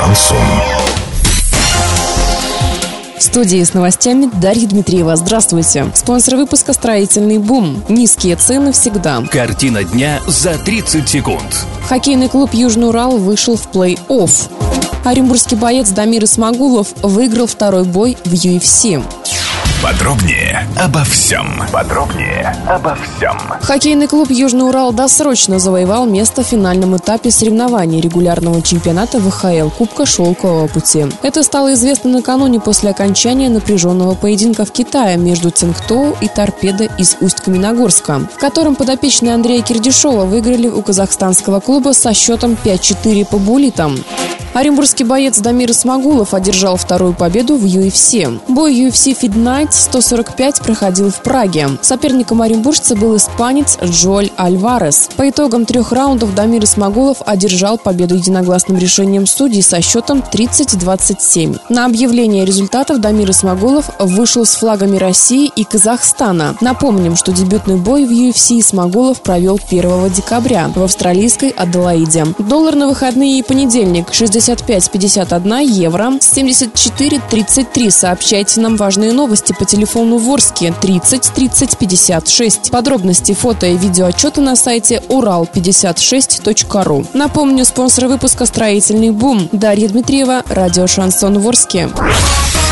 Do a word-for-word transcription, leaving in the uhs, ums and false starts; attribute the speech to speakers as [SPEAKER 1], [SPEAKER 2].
[SPEAKER 1] Шансон.
[SPEAKER 2] В студии с новостями Дарья Дмитриева. Здравствуйте. Спонсор выпуска «Строительный бум». Низкие цены всегда.
[SPEAKER 3] Картина дня за тридцать секунд.
[SPEAKER 2] Хоккейный клуб «Южный Урал» вышел в плей-офф. Оренбургский боец Дамир Исмагулов выиграл второй бой в ю эф си.
[SPEAKER 1] Подробнее обо всем. Подробнее обо всем.
[SPEAKER 2] Хоккейный клуб «Южный Урал» досрочно завоевал место в финальном этапе соревнований регулярного чемпионата вэ ха эл Кубка Шелкового пути. Это стало известно накануне после окончания напряженного поединка в Китае между Цингтоу и Торпедо из Усть-Каменогорска, в котором подопечные Андрея Кирдишова выиграли у казахстанского клуба со счетом пять-четыре по буллитам. Оренбургский боец Дамир Исмагулов одержал вторую победу в ю эф си. Бой ю эф си Fight Night сто сорок пять проходил в Праге. Соперником оренбуржца был испанец Джоэль Альварес. По итогам трех раундов Дамир Исмагулов одержал победу единогласным решением судей со счетом тридцать двадцать семь. На объявление результатов Дамир Исмагулов вышел с флагами России и Казахстана. Напомним, что дебютный бой в ю эф си Исмагулов провел первого декабря в австралийской Аделаиде. Доллар на выходные и понедельник шестьдесят пять пятьдесят один евро, семьдесят четыре тридцать три. Сообщайте нам важные новости по телефону Ворске тридцать тридцать пятьдесят шесть. Подробности, фото и видеоотчеты на сайте урал пятьдесят шесть точка ру. Напомню, спонсор выпуска «Строительный бум». Дарья Дмитриева, радио «Шансон» Ворске.